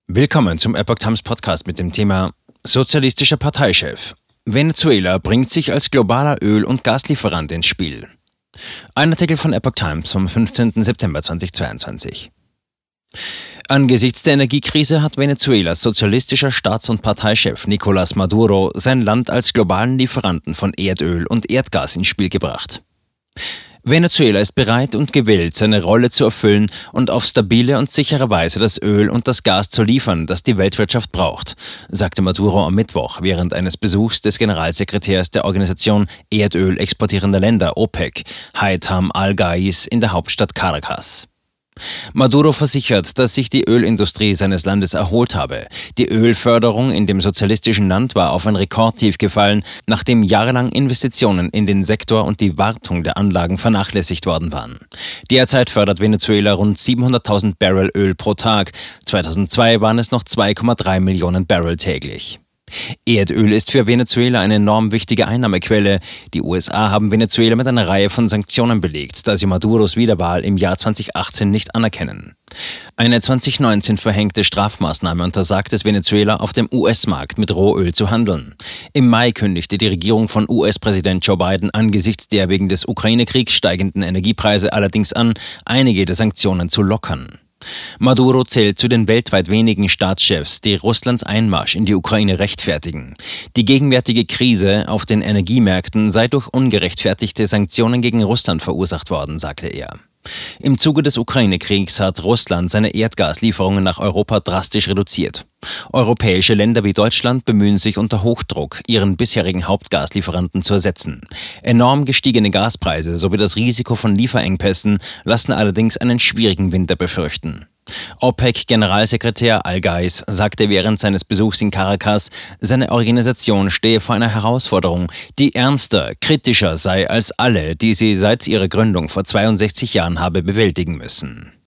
Willkommen zum Epoch Times Podcast mit dem Thema Sozialistischer Parteichef. Venezuela bringt sich als globaler Öl- und Gaslieferant ins Spiel. Ein Artikel von Epoch Times vom 15. September 2022. Angesichts der Energiekrise hat Venezuelas sozialistischer Staats- und Parteichef Nicolás Maduro sein Land als globalen Lieferanten von Erdöl und Erdgas ins Spiel gebracht. Venezuela ist bereit und gewillt, seine Rolle zu erfüllen und auf stabile und sichere Weise das Öl und das Gas zu liefern, das die Weltwirtschaft braucht, sagte Maduro am Mittwoch während eines Besuchs des Generalsekretärs der Organisation Erdöl exportierender Länder OPEC, Haitham al-Ghais, in der Hauptstadt Caracas. Maduro versichert, dass sich die Ölindustrie seines Landes erholt habe. Die Ölförderung in dem sozialistischen Land war auf ein Rekordtief gefallen, nachdem jahrelang Investitionen in den Sektor und die Wartung der Anlagen vernachlässigt worden waren. Derzeit fördert Venezuela rund 700.000 Barrel Öl pro Tag. 2002 waren es noch 2,3 Millionen Barrel täglich. Erdöl ist für Venezuela eine enorm wichtige Einnahmequelle. Die USA haben Venezuela mit einer Reihe von Sanktionen belegt, da sie Maduros Wiederwahl im Jahr 2018 nicht anerkennen. Eine 2019 verhängte Strafmaßnahme untersagt es Venezuela, auf dem US-Markt mit Rohöl zu handeln. Im Mai kündigte die Regierung von US-Präsident Joe Biden angesichts der wegen des Ukraine-Kriegs steigenden Energiepreise allerdings an, einige der Sanktionen zu lockern. Maduro zählt zu den weltweit wenigen Staatschefs, die Russlands Einmarsch in die Ukraine rechtfertigen. Die gegenwärtige Krise auf den Energiemärkten sei durch ungerechtfertigte Sanktionen gegen Russland verursacht worden, sagte er. Im Zuge des Ukraine-Kriegs hat Russland seine Erdgaslieferungen nach Europa drastisch reduziert. Europäische Länder wie Deutschland bemühen sich unter Hochdruck, ihren bisherigen Hauptgaslieferanten zu ersetzen. Enorm gestiegene Gaspreise sowie das Risiko von Lieferengpässen lassen allerdings einen schwierigen Winter befürchten. OPEC-Generalsekretär al-Ghais sagte während seines Besuchs in Caracas, seine Organisation stehe vor einer Herausforderung, die ernster, kritischer sei als alle, die sie seit ihrer Gründung vor 62 Jahren habe bewältigen müssen.